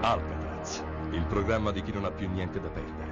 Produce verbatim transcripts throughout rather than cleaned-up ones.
Alcatraz, il programma di chi non ha più niente da perdere.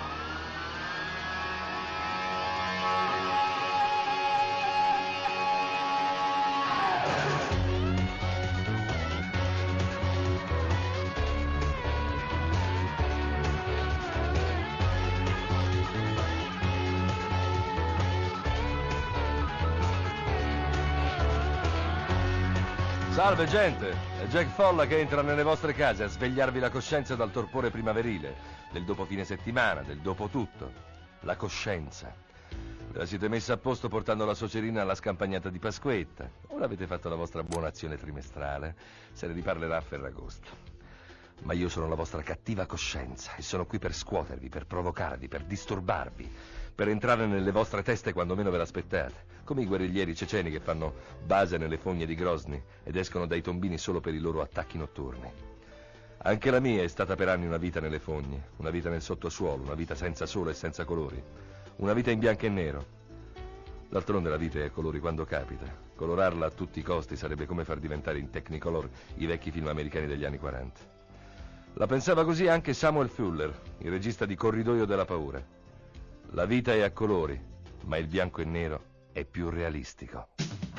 Salve gente, è Jack Folla che entra nelle vostre case a svegliarvi la coscienza dal torpore primaverile, del dopo fine settimana, del dopo tutto. La coscienza. Ve la siete messa a posto portando la suocerina alla scampagnata di Pasquetta? O l'avete fatto la vostra buona azione trimestrale? Se ne riparlerà a Ferragosto. Ma io sono la vostra cattiva coscienza e sono qui per scuotervi, per provocarvi, per disturbarvi, per entrare nelle vostre teste quando meno ve l'aspettate, come i guerriglieri ceceni che fanno base nelle fogne di Grozny ed escono dai tombini solo per i loro attacchi notturni. Anche la mia è stata per anni una vita nelle fogne, una vita nel sottosuolo, una vita senza sole e senza colori, una vita in bianco e nero. D'altronde la vita è a colori quando capita. Colorarla a tutti i costi sarebbe come far diventare in Technicolor i vecchi film americani degli anni quaranta. La pensava così anche Samuel Fuller, il regista di Corridoio della paura. La vita è a colori, ma il bianco e nero è più realistico.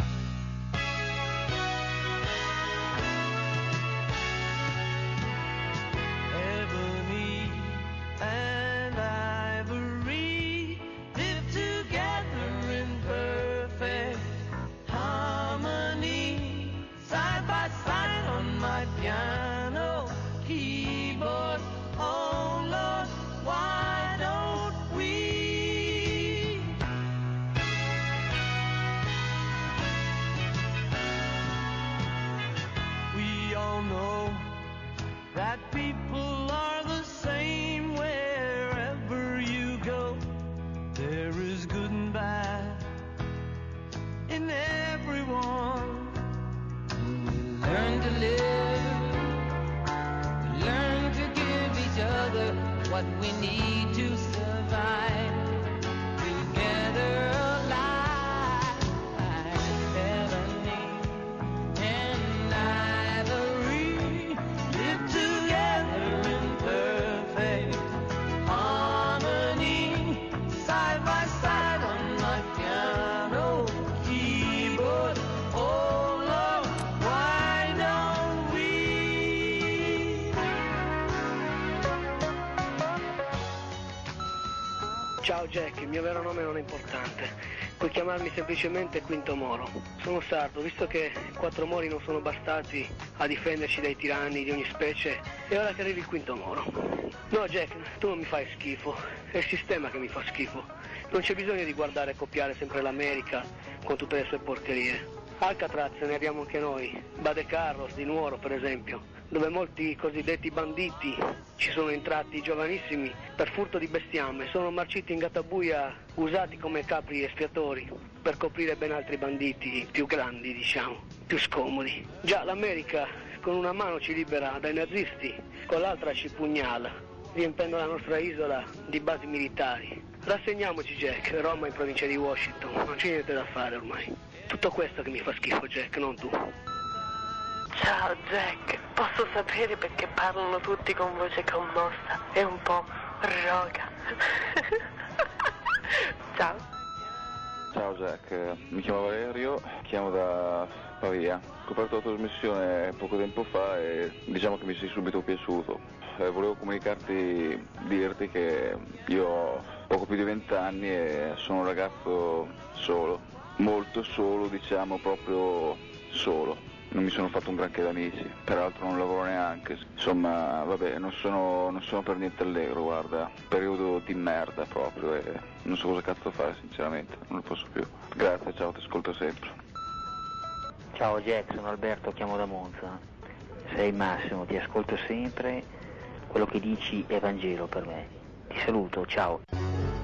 What we need to survive together alive, ebony and ivory live together in perfect harmony, side by side on my piano keyboard. Oh Lord, why don't we? Ciao Jack, il mio vero nome non è importante, puoi chiamarmi semplicemente Quinto Moro. Sono sardo, visto che quattro mori non sono bastati a difenderci dai tiranni di ogni specie, è ora che arrivi il Quinto Moro. No Jack, tu non mi fai schifo, è il sistema che mi fa schifo. Non c'è bisogno di guardare e copiare sempre l'America con tutte le sue porcherie. Alcatraz ne abbiamo anche noi, Bade Carros di Nuoro per esempio, dove molti cosiddetti banditi ci sono entrati giovanissimi per furto di bestiame, sono marciti in gattabuia usati come capri espiatori per coprire ben altri banditi più grandi, diciamo, più scomodi. Già l'America con una mano ci libera dai nazisti, con l'altra ci pugnala, riempendo la nostra isola di basi militari. Rassegniamoci Jack, Roma in provincia di Washington, non c'è niente da fare ormai. Tutto questo che mi fa schifo Jack, non tu. Ciao Jack, posso sapere perché parlano tutti con voce commossa e un po' roga? Ciao. Ciao Jack, mi chiamo Valerio, chiamo da Pavia. Ho scoperto la tua trasmissione poco tempo fa e diciamo che mi sei subito piaciuto. Eh, volevo comunicarti, dirti che io ho poco più di vent'anni e sono un ragazzo solo, molto solo, diciamo proprio solo. Non mi sono fatto un granché d'amici, peraltro non lavoro neanche. Insomma, vabbè, non sono, non sono per niente allegro, guarda. Periodo di merda proprio e non so cosa cazzo fare, sinceramente, non lo posso più. Grazie, ciao, ti ascolto sempre. Ciao Jack, sono Alberto, chiamo da Monza. Sei il massimo, ti ascolto sempre. Quello che dici è Vangelo per me. Ti saluto, ciao.